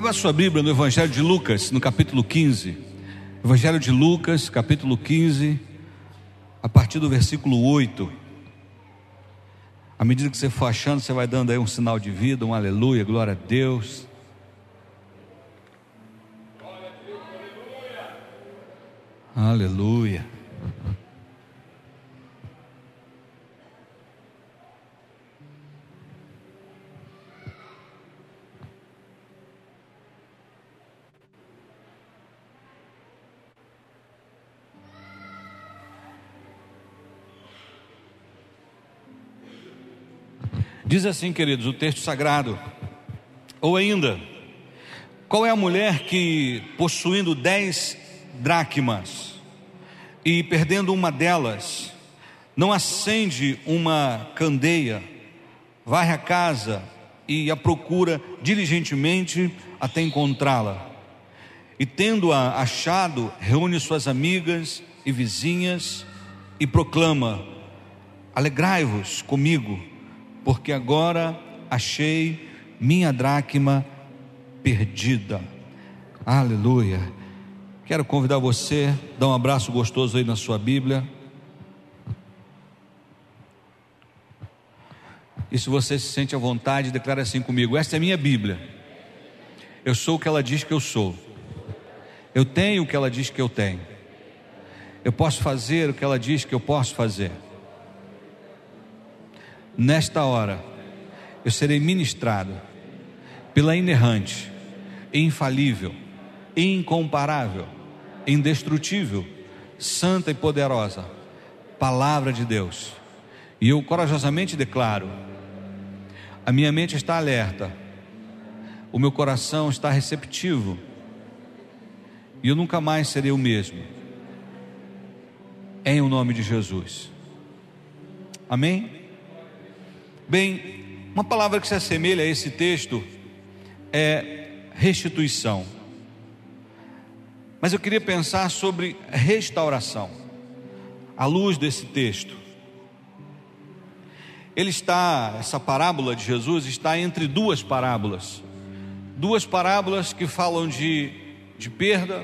Abra sua Bíblia no Evangelho de Lucas, no capítulo 15. Evangelho de Lucas, capítulo 15, a partir do versículo 8. À medida que você for achando, você vai dando aí um sinal de vida, um aleluia, glória a Deus. Aleluia. Diz assim, queridos, o texto sagrado. Ou ainda, qual é a mulher que, possuindo 10 dracmas e perdendo uma delas, não acende uma candeia, varre a casa e a procura diligentemente até encontrá-la? E tendo-a achado, reúne suas amigas e vizinhas e proclama: alegrai-vos comigo, porque agora achei minha dracma perdida. Aleluia. Quero convidar você a dar um abraço gostoso aí na sua Bíblia. E se você se sente à vontade, declara assim comigo: esta é minha Bíblia. Eu sou o que ela diz que eu sou. Eu tenho o que ela diz que eu tenho. Eu posso fazer o que ela diz que eu posso fazer. Nesta hora, eu serei ministrado pela inerrante, infalível, incomparável, indestrutível, santa e poderosa Palavra de Deus. E eu corajosamente declaro: a minha mente está alerta, o meu coração está receptivo, e eu nunca mais serei o mesmo, em o nome de Jesus. Amém? Bem, uma palavra que se assemelha a esse texto é restituição. Mas eu queria pensar sobre restauração, à luz desse texto. Essa parábola de Jesus está entre duas parábolas que falam de perda,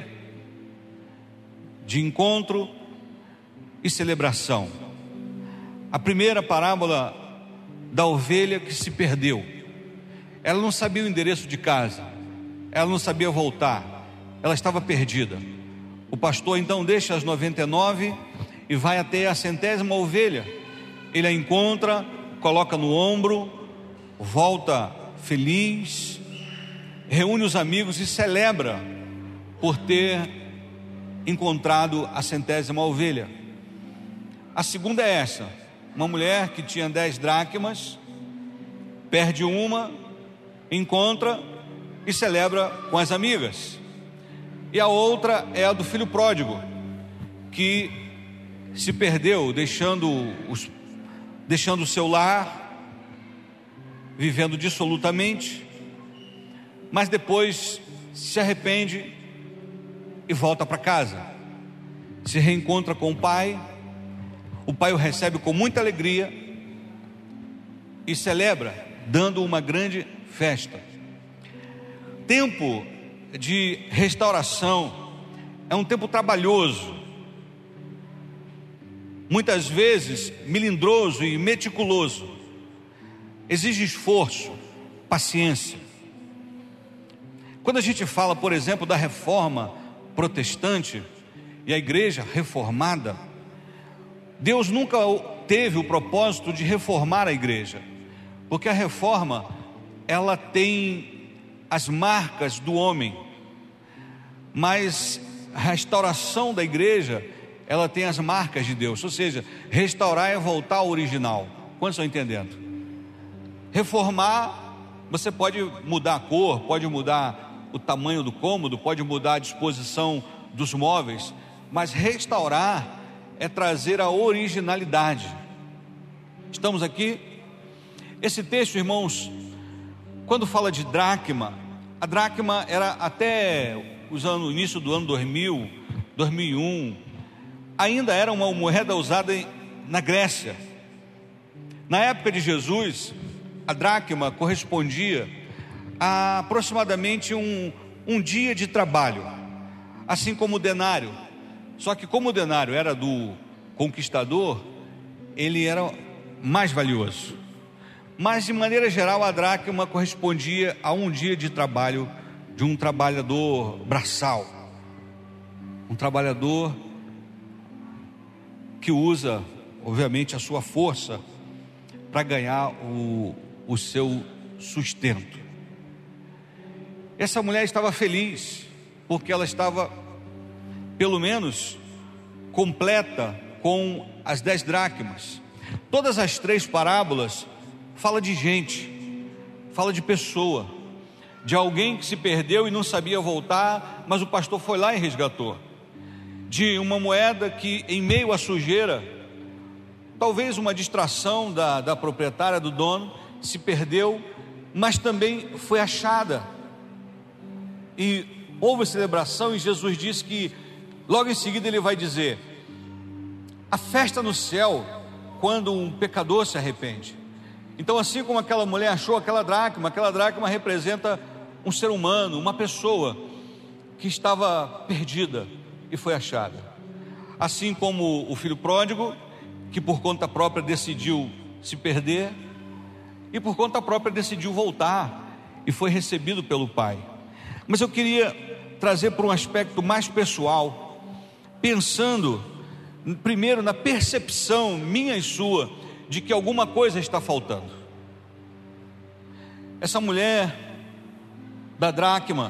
de encontro e celebração. A primeira parábola da ovelha que se perdeu. Ela não sabia o endereço de casa, ela não sabia voltar, ela estava perdida. O pastor então deixa as 99 e vai até a 100ª ovelha. Ele a encontra, coloca no ombro, volta feliz, reúne os amigos e celebra por ter encontrado a 100ª ovelha. A segunda é essa: uma mulher que tinha 10 dracmas, perde uma, encontra e celebra com as amigas. E a outra é a do filho pródigo, que se perdeu, deixando o seu lar, vivendo dissolutamente, mas depois se arrepende e volta para casa, se reencontra com o pai. O pai o recebe com muita alegria e celebra, dando uma grande festa. Tempo de restauração é um tempo trabalhoso, muitas vezes melindroso e meticuloso. Exige esforço, paciência. Quando a gente fala, por exemplo, da reforma protestante e a igreja reformada, Deus nunca teve o propósito de reformar a igreja, porque a reforma, ela tem as marcas do homem, mas a restauração da igreja, ela tem as marcas de Deus. Ou seja, restaurar é voltar ao original. Quantos estão entendendo? Reformar, você pode mudar a cor, pode mudar o tamanho do cômodo, pode mudar a disposição dos móveis, mas restaurar é trazer a originalidade. Estamos aqui? Esse texto, irmãos, quando fala de dracma, a dracma era até o início do ano 2000, 2001, ainda era uma moeda usada na Grécia. Na época de Jesus, a dracma correspondia aproximadamente um dia de trabalho, assim como o denário. Só que como o denário era do conquistador, ele era mais valioso. Mas de maneira geral a dracma correspondia a um dia de trabalho de um trabalhador braçal, um trabalhador que usa, obviamente, a sua força para ganhar o seu sustento. Essa mulher estava feliz, porque ela estava, pelo menos, completa com as 10 dracmas. Todas as 3 parábolas falam de gente, fala de pessoa, de alguém que se perdeu e não sabia voltar, mas o pastor foi lá e resgatou. De uma moeda que, em meio à sujeira, talvez uma distração da proprietária, do dono, se perdeu, mas também foi achada. E houve celebração, e Jesus disse que logo em seguida ele vai dizer: a festa no céu quando um pecador se arrepende. Então, assim como aquela mulher achou aquela dracma representa um ser humano, uma pessoa que estava perdida e foi achada. Assim como o filho pródigo, que por conta própria decidiu se perder e por conta própria decidiu voltar e foi recebido pelo Pai. Mas eu queria trazer para um aspecto mais pessoal, pensando primeiro na percepção minha e sua de que alguma coisa está faltando. Essa mulher da dracma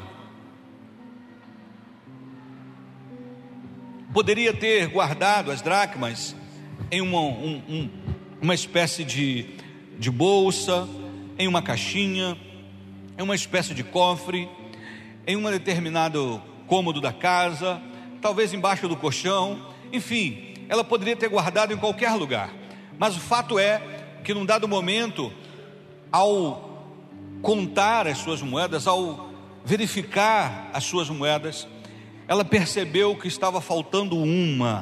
poderia ter guardado as dracmas em uma espécie de bolsa, em uma caixinha, em uma espécie de cofre, em um determinado cômodo da casa, talvez embaixo do colchão, enfim, ela poderia ter guardado em qualquer lugar. Mas o fato é que num dado momento, ao contar as suas moedas, ao verificar as suas moedas, ela percebeu que estava faltando uma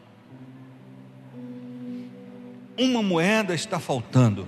moeda está faltando.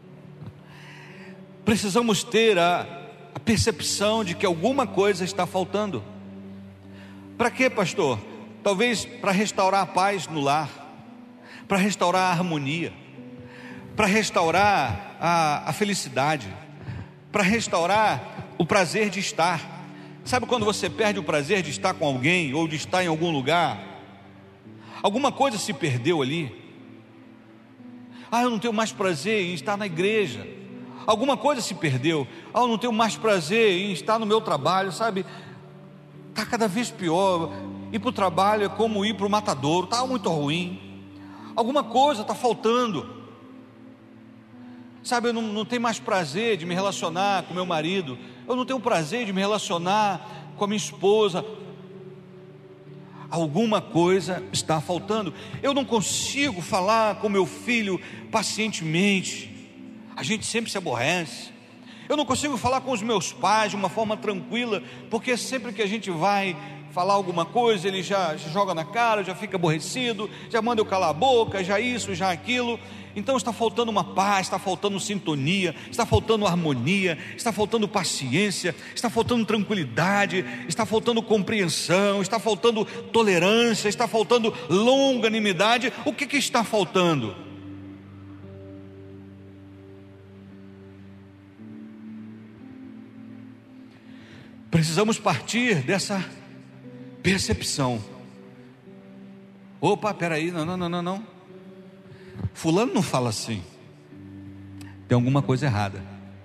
Precisamos ter a percepção de que alguma coisa está faltando. Para quê, pastor? Talvez para restaurar a paz no lar, para restaurar a harmonia, para restaurar a felicidade, para restaurar o prazer de estar. Sabe quando você perde o prazer de estar com alguém ou de estar em algum lugar? Alguma coisa se perdeu ali. Eu não tenho mais prazer em estar na igreja. Alguma coisa se perdeu. Eu não tenho mais prazer em estar no meu trabalho, sabe? Está cada vez pior. Ir para o trabalho é como ir para o matadouro, está muito ruim. Alguma coisa está faltando. Sabe, eu não tenho mais prazer de me relacionar com meu marido. Eu não tenho prazer de me relacionar com a minha esposa. Alguma coisa está faltando. Eu não consigo falar com meu filho pacientemente. A gente sempre se aborrece. Eu não consigo falar com os meus pais de uma forma tranquila, porque sempre que a gente vai falar alguma coisa, ele já joga na cara, já fica aborrecido, já manda eu calar a boca, já isso, já aquilo. Então está faltando uma paz, está faltando sintonia, está faltando harmonia, está faltando paciência, está faltando tranquilidade, está faltando compreensão, está faltando tolerância, está faltando longanimidade. O que está faltando? Precisamos partir dessa percepção. Opa, peraí, não. Fulano não fala assim. Tem alguma coisa errada.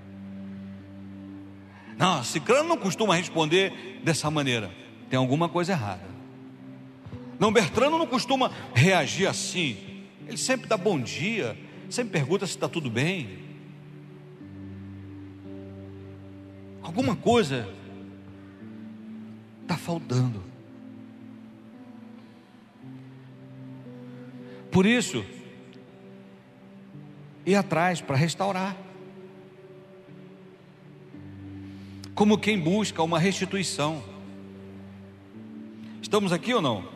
Não, Cicrano não costuma responder dessa maneira. Tem alguma coisa errada. Não, Bertrano não costuma reagir assim. Ele sempre dá bom dia, sempre pergunta se está tudo bem. Alguma coisa está faltando. Por isso, ir atrás para restaurar, como quem busca uma restituição. Estamos aqui ou não?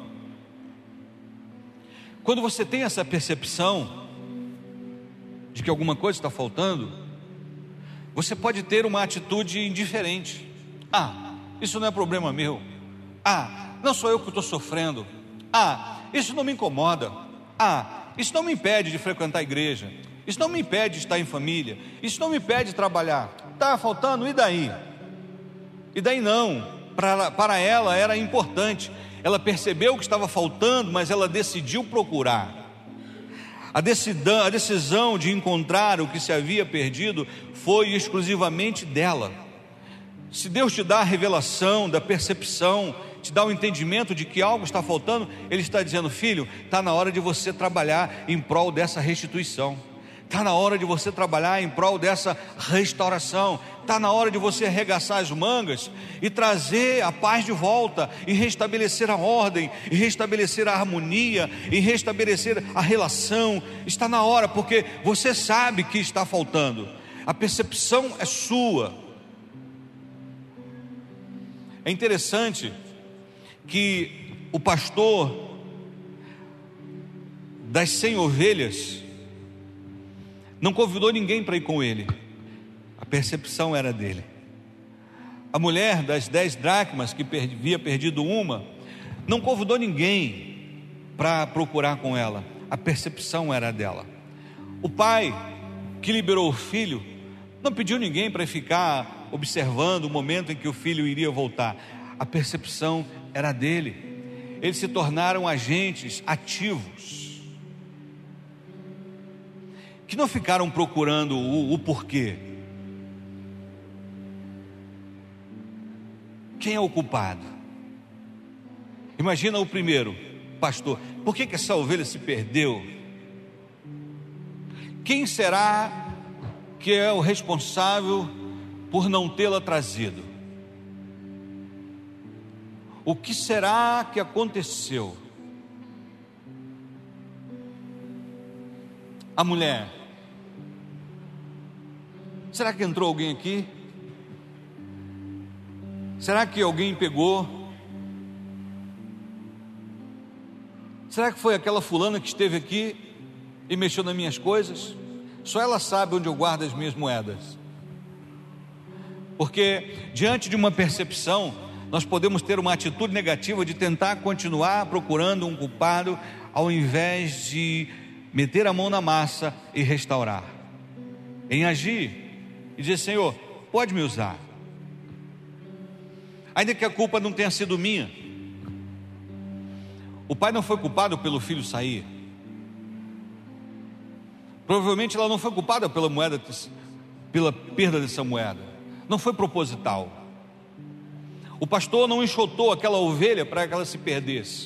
Quando você tem essa percepção de que alguma coisa está faltando, Você pode ter uma atitude indiferente. Ah, isso não é problema meu. Ah, não sou eu que estou sofrendo. Ah, isso não me incomoda. Ah, isso não me impede de frequentar a igreja. Isso não me impede de estar em família. Isso não me impede de trabalhar. Está faltando, e daí? E daí não. Para ela era importante. Ela percebeu que estava faltando, mas ela decidiu procurar. A decisão de encontrar o que se havia perdido foi exclusivamente dela. Se Deus te dá a revelação da percepção, te dá o entendimento de que algo está faltando, Ele está dizendo: filho, está na hora de você trabalhar em prol dessa restituição. Está na hora de você trabalhar em prol dessa restauração. Está na hora de você arregaçar as mangas e trazer a paz de volta, e restabelecer a ordem, e restabelecer a harmonia, e restabelecer a relação. Está na hora, porque você sabe que está faltando. A percepção é sua. É interessante que o pastor das 100 ovelhas não convidou ninguém para ir com ele. A percepção era dele. A mulher das 10 dracmas, que havia perdido uma, não convidou ninguém para procurar com ela. A percepção era dela. O pai que liberou o filho não pediu ninguém para ficar observando o momento em que o filho iria voltar. A percepção era dele. Eles se tornaram agentes ativos, que não ficaram procurando o porquê. Quem é o culpado? Imagina o primeiro: pastor, por que essa ovelha se perdeu? Quem será que é o responsável por não tê-la trazido? O que será que aconteceu? A mulher: será que entrou alguém aqui? Será que alguém pegou? Será que foi aquela fulana que esteve aqui e mexeu nas minhas coisas? Só ela sabe onde eu guardo as minhas moedas. Porque diante de uma percepção, nós podemos ter uma atitude negativa de tentar continuar procurando um culpado, ao invés de meter a mão na massa e restaurar, em agir e dizer: Senhor, pode me usar, ainda que a culpa não tenha sido minha. O pai não foi culpado pelo filho sair. Provavelmente ela não foi culpada pela perda dessa moeda. Não foi proposital. O pastor não enxotou aquela ovelha para que ela se perdesse.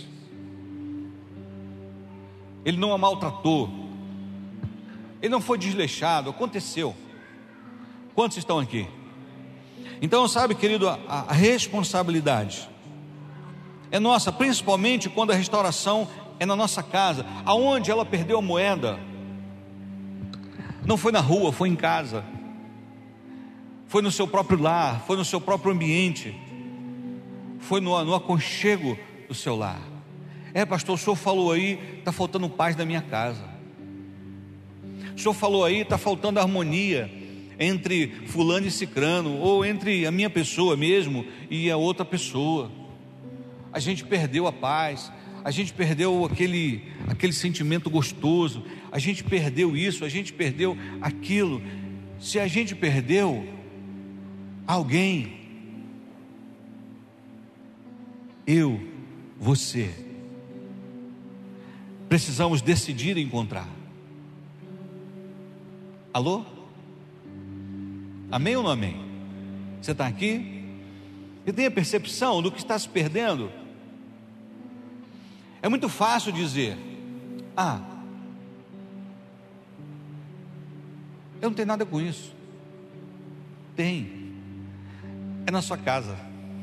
Ele não a maltratou. Ele não foi desleixado. Aconteceu. Quantos estão aqui? Então, sabe, querido, a responsabilidade é nossa, principalmente quando a restauração é na nossa casa. Aonde ela perdeu a moeda? Não foi na rua, foi em casa. Foi no seu próprio lar, foi no seu próprio ambiente, foi no aconchego do seu lar. Pastor, o senhor falou aí, está faltando paz na minha casa. O senhor falou aí, está faltando harmonia entre fulano e cicrano, ou entre a minha pessoa mesmo e a outra pessoa. A gente perdeu a paz, a gente perdeu aquele sentimento gostoso, a gente perdeu isso, a gente perdeu aquilo. Se a gente perdeu alguém, eu, você, precisamos decidir encontrar. Alô? Amém ou não amém? Você está aqui? Você tem a percepção do que está se perdendo? É muito fácil dizer: eu não tenho nada com isso. Tem. É na sua casa.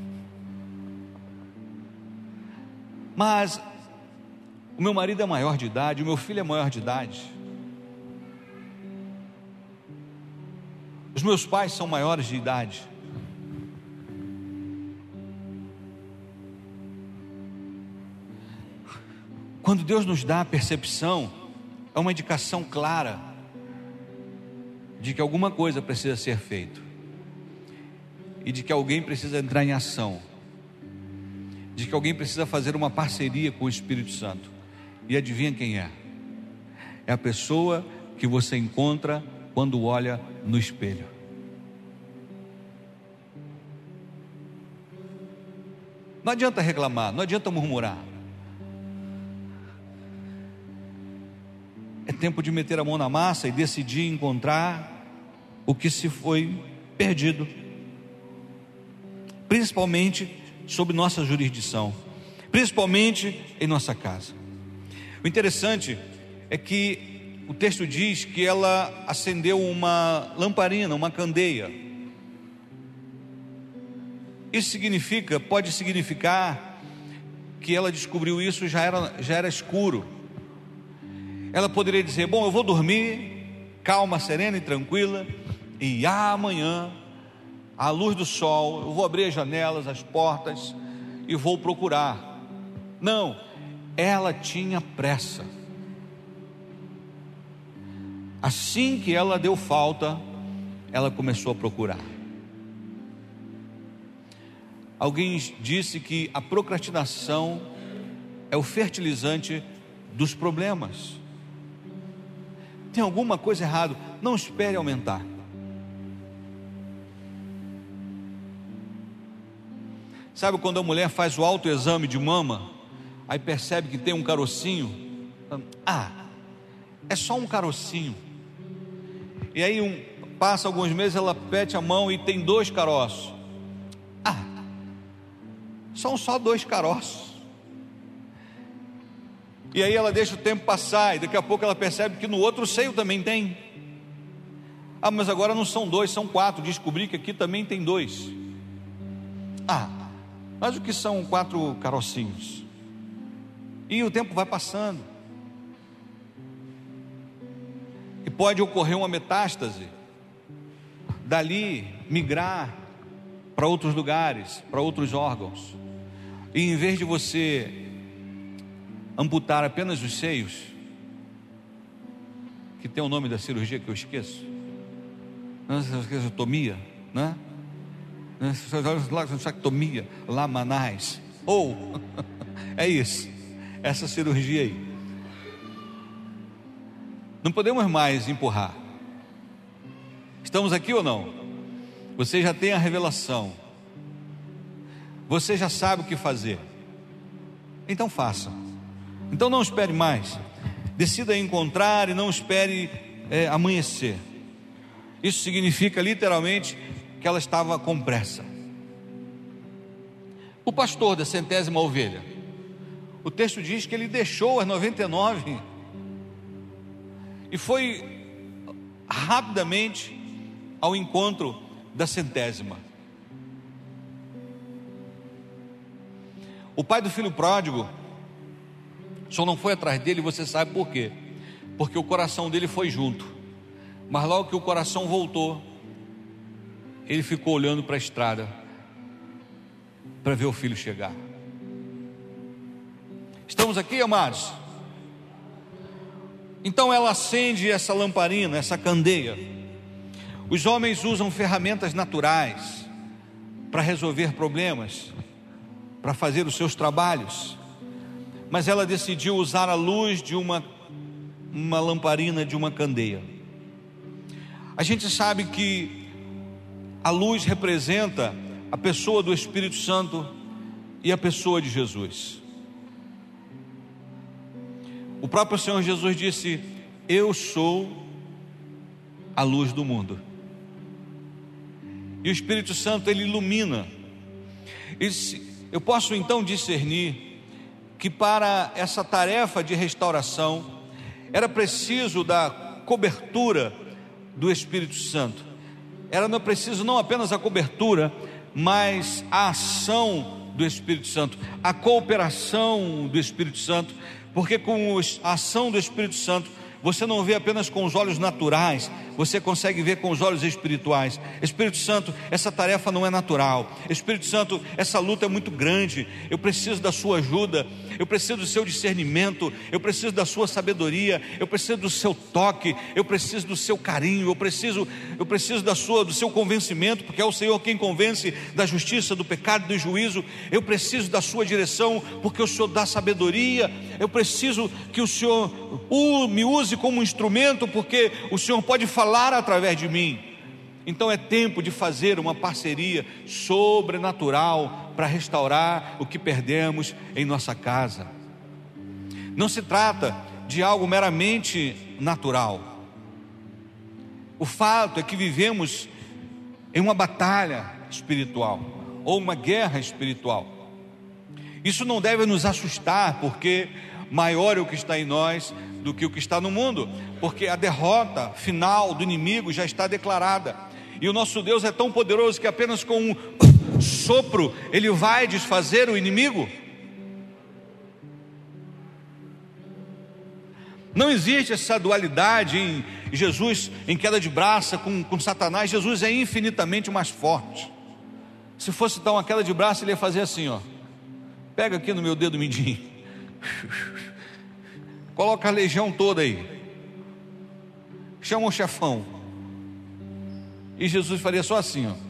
Mas o meu marido é maior de idade, o meu filho é maior de idade, os meus pais são maiores de idade. Quando Deus nos dá a percepção, é uma indicação clara de que alguma coisa precisa ser feita, e de que alguém precisa entrar em ação, de que alguém precisa fazer uma parceria com o Espírito Santo. E adivinha quem é? É a pessoa que você encontra quando olha no espelho. Não adianta reclamar, não adianta murmurar. É tempo de meter a mão na massa e decidir encontrar o que se foi perdido, principalmente sob nossa jurisdição, principalmente em nossa casa. O interessante é que o texto diz que ela acendeu uma lamparina, uma candeia. Isso pode significar que ela descobriu isso, já era escuro. Ela poderia dizer: bom, eu vou dormir, calma, serena e tranquila, e amanhã, à luz do sol, eu vou abrir as janelas, as portas, e vou procurar. Não, ela tinha pressa. Assim que ela deu falta, ela começou a procurar. Alguém disse que a procrastinação é o fertilizante dos problemas. Tem alguma coisa errada, não espere aumentar. Sabe quando a mulher faz o autoexame de mama, aí percebe que tem um carocinho? É só um carocinho. E aí passa alguns meses, ela pete a mão e tem 2 caroços. São só 2 caroços. E aí ela deixa o tempo passar, e daqui a pouco ela percebe que no outro seio também tem. Mas agora não são 2, são 4. Descobri que aqui também tem 2. Mas o que são 4 carocinhos? E o tempo vai passando, e pode ocorrer uma metástase, dali migrar para outros lugares, para outros órgãos. E em vez de você amputar apenas os seios, que tem o nome da cirurgia que eu esqueço, tomia, né? Laxactomia, lamanais, ou é isso, essa cirurgia aí. Não podemos mais empurrar. Estamos aqui ou não? Você já tem a revelação, você já sabe o que fazer, então faça. Então não espere mais, decida encontrar e não espere amanhecer. Isso significa literalmente que ela estava com pressa. O pastor da 100ª ovelha, o texto diz que ele deixou as 99 e foi rapidamente ao encontro da 100ª. O pai do filho pródigo só não foi atrás dele, você sabe por quê? Porque o coração dele foi junto. Mas logo que o coração voltou, ele ficou olhando para a estrada para ver o filho chegar. Estamos aqui, amados? Então ela acende essa lamparina, essa candeia. Os homens usam ferramentas naturais para resolver problemas, para fazer os seus trabalhos, mas ela decidiu usar a luz de uma lamparina, de uma candeia. A gente sabe que a luz representa a pessoa do Espírito Santo e a pessoa de Jesus. O próprio Senhor Jesus disse: eu sou a luz do mundo. E o Espírito Santo, ele ilumina. Eu posso então discernir que para essa tarefa de restauração era preciso da cobertura do Espírito Santo. Era preciso não apenas a cobertura, mas a ação do Espírito Santo, a cooperação do Espírito Santo, porque com a ação do Espírito Santo você não vê apenas com os olhos naturais, você consegue ver com os olhos espirituais. Espírito Santo, essa tarefa não é natural. Espírito Santo, essa luta é muito grande. Eu preciso da sua ajuda, eu preciso do seu discernimento, eu preciso da sua sabedoria, eu preciso do seu toque, eu preciso do seu carinho, eu preciso do seu convencimento, porque é o Senhor quem convence da justiça, do pecado e do juízo. Eu preciso da sua direção, porque o Senhor dá sabedoria. Eu preciso que o Senhor me use como instrumento, porque o Senhor pode falar através de mim. Então é tempo de fazer uma parceria sobrenatural para restaurar o que perdemos em nossa casa. Não se trata de algo meramente natural. O fato é que vivemos em uma batalha espiritual, ou uma guerra espiritual. Isso não deve nos assustar, porque maior é o que está em nós do que o que está no mundo, porque a derrota final do inimigo já está declarada, e o nosso Deus é tão poderoso que apenas com um sopro Ele vai desfazer o inimigo. Não existe essa dualidade em Jesus, em queda de braça com Satanás. Jesus é infinitamente mais forte. Se fosse dar uma queda de braço, Ele ia fazer assim, ó. Pega aqui no meu dedo mindinho, coloca a legião toda aí, chama o chefão, e Jesus faria só assim, ó.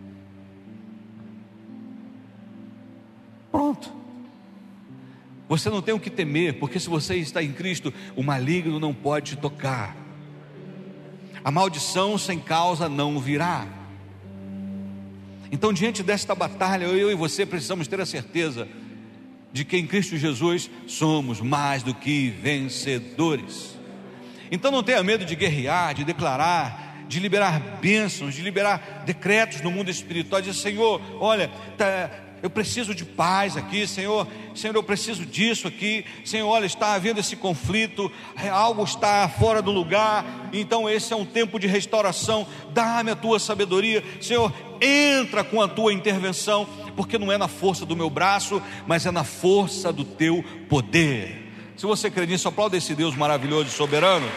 Pronto. Você não tem o que temer, porque se você está em Cristo, o maligno não pode te tocar. A maldição sem causa não virá. Então, diante desta batalha, eu e você precisamos ter a certeza de que em Cristo Jesus somos mais do que vencedores. Então não tenha medo de guerrear, de declarar, de liberar bênçãos, de liberar decretos no mundo espiritual. Dizer: Senhor, olha, eu preciso de paz aqui, Senhor, eu preciso disso aqui, Senhor, olha, está havendo esse conflito, algo está fora do lugar, então esse é um tempo de restauração. Dá-me a tua sabedoria, Senhor, entra com a tua intervenção, porque não é na força do meu braço, mas é na força do teu poder. Se você crê nisso, aplauda esse Deus maravilhoso e soberano.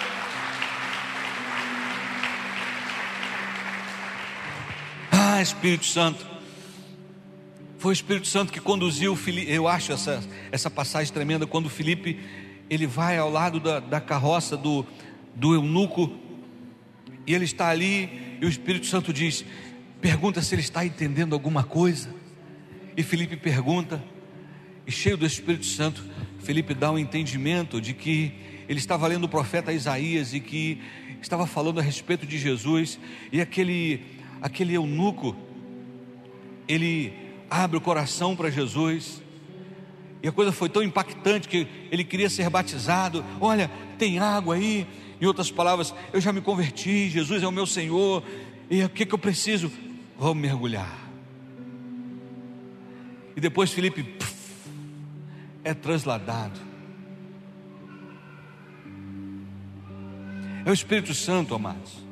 Espírito Santo, foi o Espírito Santo que conduziu Filipe. Eu acho essa passagem tremenda, quando Filipe, ele vai ao lado da carroça do eunuco, e ele está ali, e o Espírito Santo diz, pergunta se ele está entendendo alguma coisa, e Filipe pergunta, e cheio do Espírito Santo, Filipe dá um entendimento de que ele estava lendo o profeta Isaías, e que estava falando a respeito de Jesus, e aquele eunuco, ele abre o coração para Jesus, e a coisa foi tão impactante que ele queria ser batizado. Olha, tem água aí. Em outras palavras, eu já me converti, Jesus é o meu Senhor, e o que eu preciso? Vamos mergulhar. E depois Filipe é transladado. É o Espírito Santo, amados.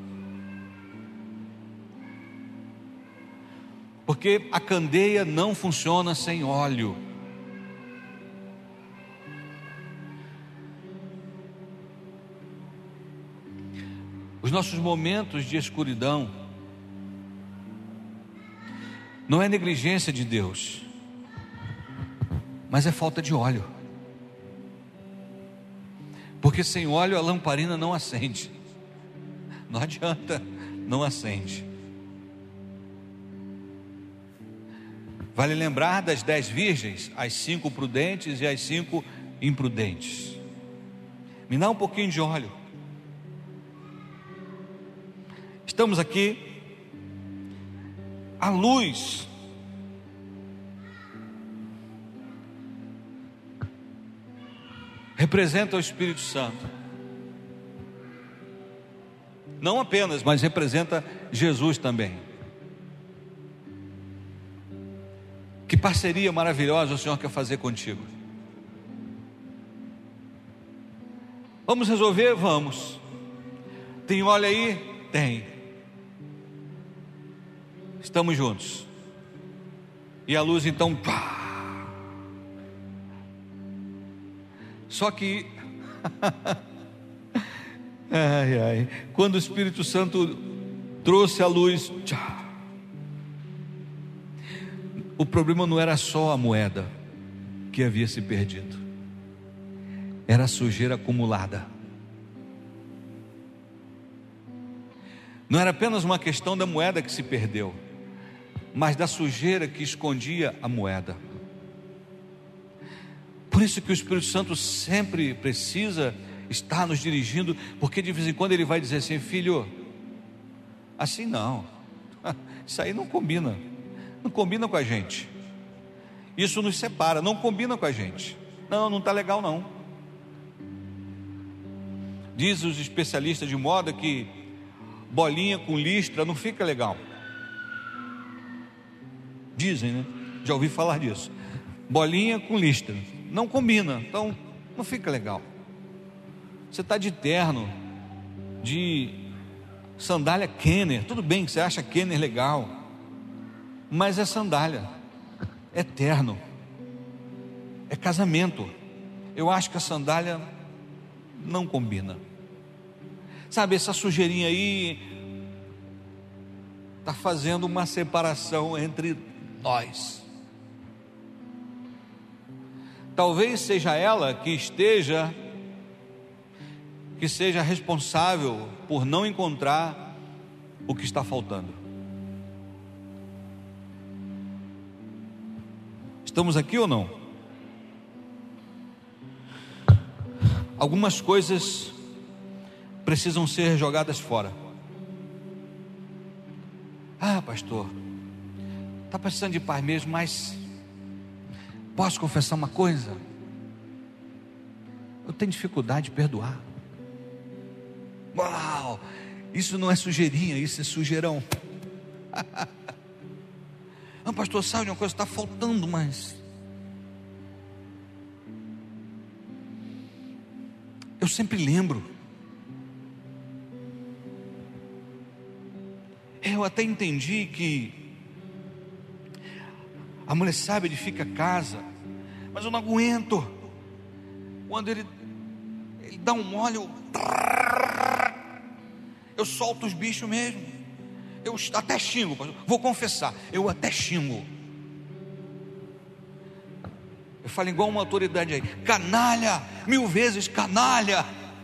Porque a candeia não funciona sem óleo. Os nossos momentos de escuridão não é negligência de Deus, mas é falta de óleo. Porque sem óleo a lamparina não acende. Não adianta, não acende. Vale lembrar das 10 virgens, as 5 prudentes e as 5 imprudentes. Me dá um pouquinho de óleo. Estamos aqui, a luz representa o Espírito Santo. Não apenas, mas representa Jesus também. Que parceria maravilhosa o Senhor quer fazer contigo. Vamos resolver? Vamos. Tem óleo aí? Tem. Estamos juntos. E a luz então, pá. Só que Ai, ai. Quando o Espírito Santo trouxe a luz, tchau. O problema não era só a moeda que havia se perdido, era a sujeira acumulada. Não era apenas uma questão da moeda que se perdeu, mas da sujeira que escondia a moeda. Por isso que o Espírito Santo sempre precisa estar nos dirigindo, porque de vez em quando ele vai dizer assim: filho, assim não, isso aí não combina com a gente, isso nos separa, não combina com a gente, não está legal não. Diz os especialistas de moda que bolinha com listra não fica legal. Dizem, né? Já ouvi falar disso. Bolinha com listra não combina, então não fica legal. Você está de terno, de sandália Kenner, tudo bem que você acha Kenner legal, mas é sandália, é terno, é casamento. Eu acho que a sandália não combina. Sabe, essa sujeirinha aí está fazendo uma separação entre nós. Talvez seja ela que seja responsável por não encontrar o que está faltando. Estamos aqui ou não? Algumas coisas precisam ser jogadas fora. Ah, pastor, está precisando de paz mesmo, mas posso confessar uma coisa? Eu tenho dificuldade de perdoar. Uau, isso não é sujeirinha, isso é sujeirão. Não, pastor, sabe de uma coisa, está faltando, mas eu sempre lembro. Eu até entendi que a mulher sábia edifica casa, mas eu não aguento quando ele dá um mole, eu solto os bichos mesmo. Eu até xingo, vou confessar, eu até xingo. Eu falo igual uma autoridade aí: canalha, 1000 vezes canalha.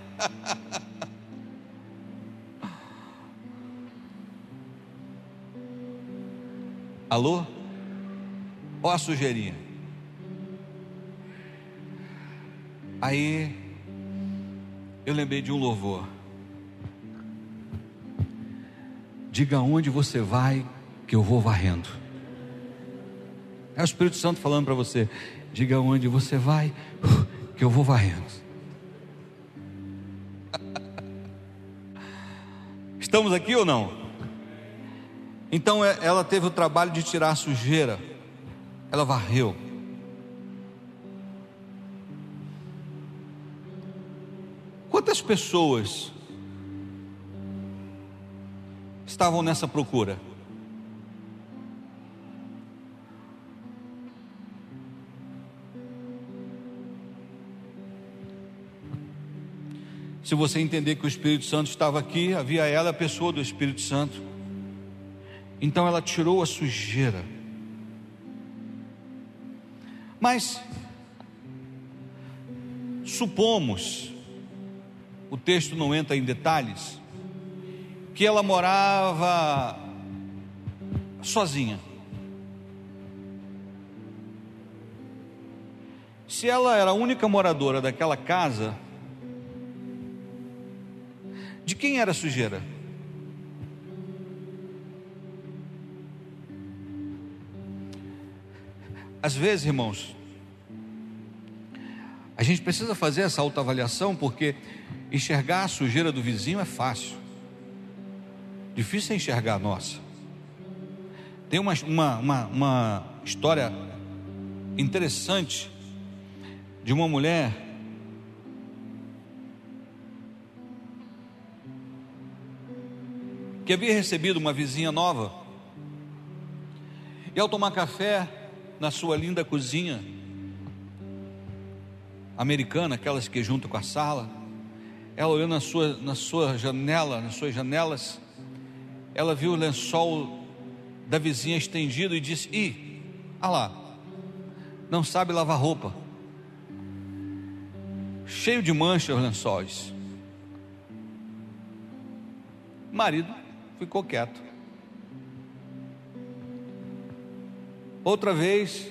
Alô? Olha a sujeirinha. Aí eu lembrei de um louvor: diga onde você vai, que eu vou varrendo. É o Espírito Santo falando para você: diga onde você vai, que eu vou varrendo. Estamos aqui ou não? Então ela teve o trabalho de tirar a sujeira, ela varreu. Quantas pessoas estavam nessa procura? Se você entender que o Espírito Santo estava aqui, havia ela, a pessoa do Espírito Santo. Então ela tirou a sujeira. Mas supomos, o texto não entra em detalhes, que ela morava sozinha. Se ela era a única moradora daquela casa, de quem era a sujeira? Às vezes, irmãos, a gente precisa fazer essa autoavaliação, porque enxergar a sujeira do vizinho é fácil, difícil é enxergar a nossa. Tem uma história interessante de uma mulher que havia recebido uma vizinha nova, e ao tomar café na sua linda cozinha americana, aquelas que junto com a sala, ela olhando na sua janela, nas suas janelas, ela viu o lençol da vizinha estendido e disse: olha lá, não sabe lavar roupa, cheio de manchas os lençóis. O marido ficou quieto. Outra vez,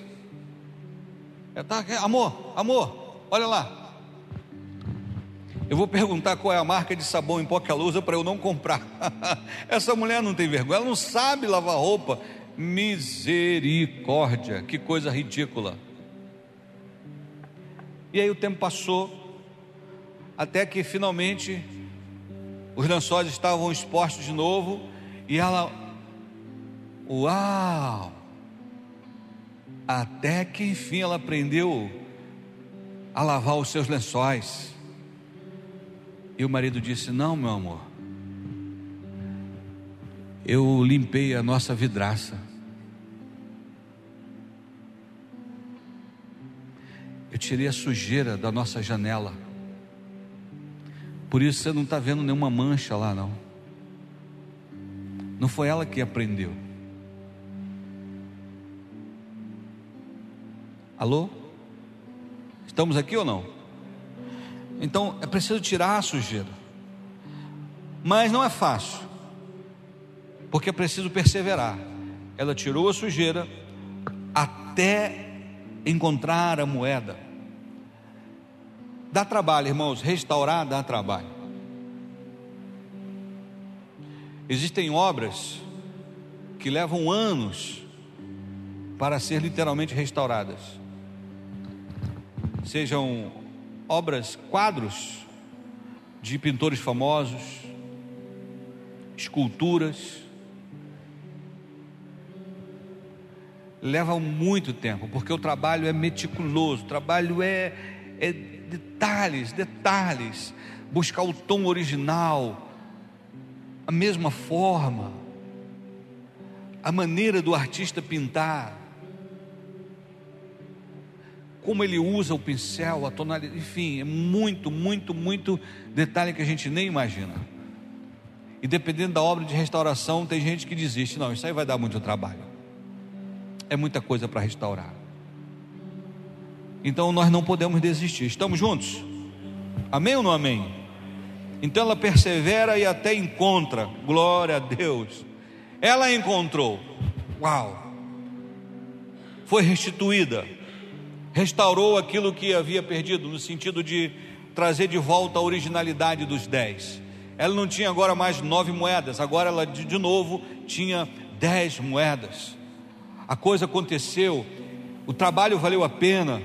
amor, olha lá, eu vou perguntar qual é a marca de sabão em pó que ela usa para eu não comprar. Essa mulher não tem vergonha, ela não sabe lavar roupa. Misericórdia, que coisa ridícula. E aí o tempo passou, até que finalmente os lençóis estavam expostos de novo, e ela, uau, até que enfim ela aprendeu a lavar os seus lençóis. E o marido disse: não, meu amor, eu limpei a nossa vidraça, eu tirei a sujeira da nossa janela, por isso você não está vendo nenhuma mancha lá, não. Não foi ela que aprendeu. Alô? Estamos aqui ou não? Então é preciso tirar a sujeira, mas não é fácil, porque é preciso perseverar. Ela tirou a sujeira até encontrar a moeda. Dá trabalho, irmãos, restaurar dá trabalho. Existem obras que levam anos para ser literalmente restauradas. Sejam obras, quadros de pintores famosos, esculturas. Levam muito tempo, porque o trabalho é meticuloso, o trabalho é detalhes, buscar o tom original, a mesma forma, a maneira do artista pintar, como ele usa o pincel, a tonalidade, enfim, é muito detalhe que a gente nem imagina. E dependendo da obra de restauração, tem gente que desiste. Não, isso aí vai dar muito trabalho, é muita coisa para restaurar. Então nós não podemos desistir. Estamos juntos? Amém ou não amém? Então ela persevera e até encontra. Glória a Deus. Ela encontrou. Uau! Foi restituída, restaurou aquilo que havia perdido, no sentido de trazer de volta a originalidade dos 10. Ela não tinha agora mais 9 moedas, agora ela de novo tinha 10 moedas. A coisa aconteceu, o trabalho valeu a pena.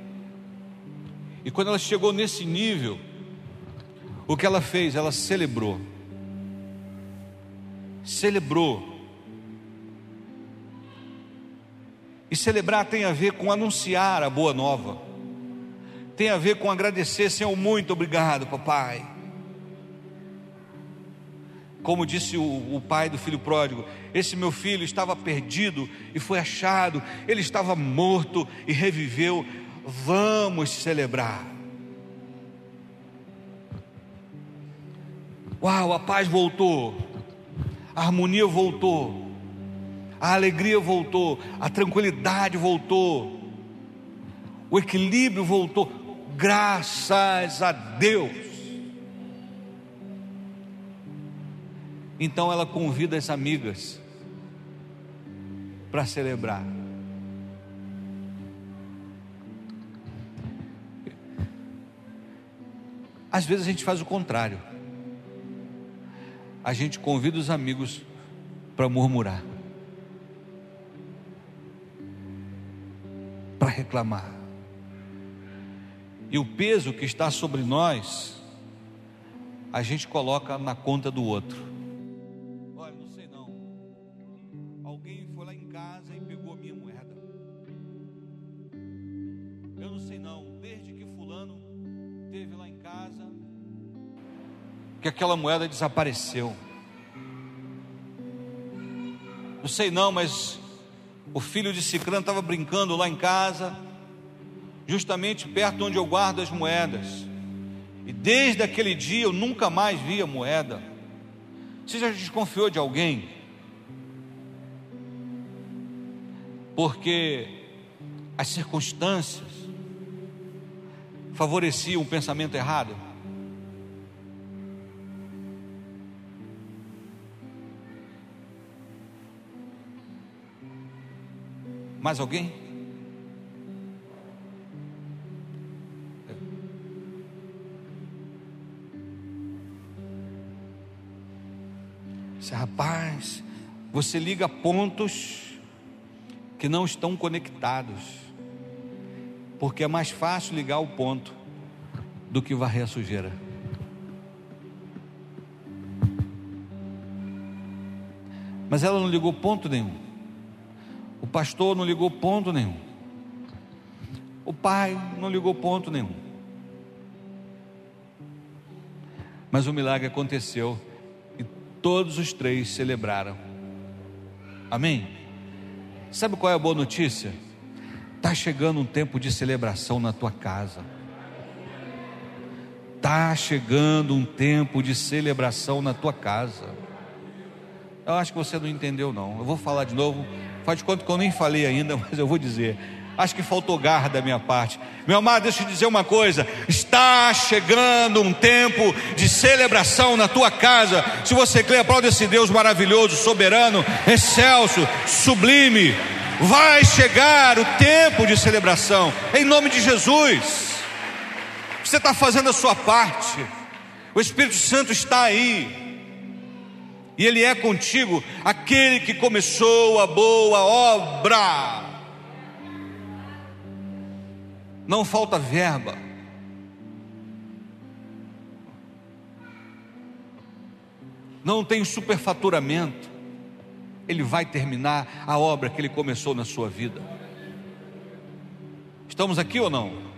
E quando ela chegou nesse nível, o que ela fez? Ela celebrou. E celebrar tem a ver com anunciar a boa nova, tem a ver com agradecer. Senhor, muito obrigado, papai. Como disse o pai do filho pródigo: esse meu filho estava perdido e foi achado, ele estava morto e reviveu. Vamos celebrar. Uau, a paz voltou, a harmonia voltou, a alegria voltou, a tranquilidade voltou, o equilíbrio voltou. Graças a Deus. Então ela convida as amigas para celebrar. Às vezes a gente faz o contrário. A gente convida os amigos para murmurar, para reclamar. E o peso que está sobre nós, a gente coloca na conta do outro. Olha, não sei não, alguém foi lá em casa e pegou a minha moeda. Eu não sei não, desde que fulano esteve lá em casa, que aquela moeda desapareceu. Não sei não, mas o filho de Cicrano estava brincando lá em casa, justamente perto onde eu guardo as moedas, E desde aquele dia eu nunca mais vi a moeda. Você já desconfiou de alguém porque as circunstâncias favoreciam um pensamento errado? Mais alguém? Rapaz, você liga pontos que não estão conectados, porque é mais fácil ligar o ponto do que varrer a sujeira. Mas ela não ligou ponto nenhum, o pastor não ligou ponto nenhum, o pai não ligou ponto nenhum, mas o milagre aconteceu. Todos os três celebraram. Amém? Sabe qual é a boa notícia? Está chegando um tempo de celebração na tua casa. Está chegando um tempo de celebração na tua casa. Eu acho que você não entendeu não. Eu vou falar de novo. Faz de conta que eu nem falei ainda, mas eu vou dizer. Acho que faltou garra da minha parte. Meu amado, deixa eu te dizer uma coisa. Está chegando um tempo de celebração na tua casa. Se você crê, aplaude esse Deus maravilhoso, soberano, excelso, sublime. Vai chegar o tempo de celebração, em nome de Jesus. Você está fazendo a sua parte. O Espírito Santo está aí, e Ele é contigo, aquele que começou a boa obra. Não falta verba. Não tem superfaturamento. Ele vai terminar a obra que Ele começou na sua vida. Estamos aqui ou não?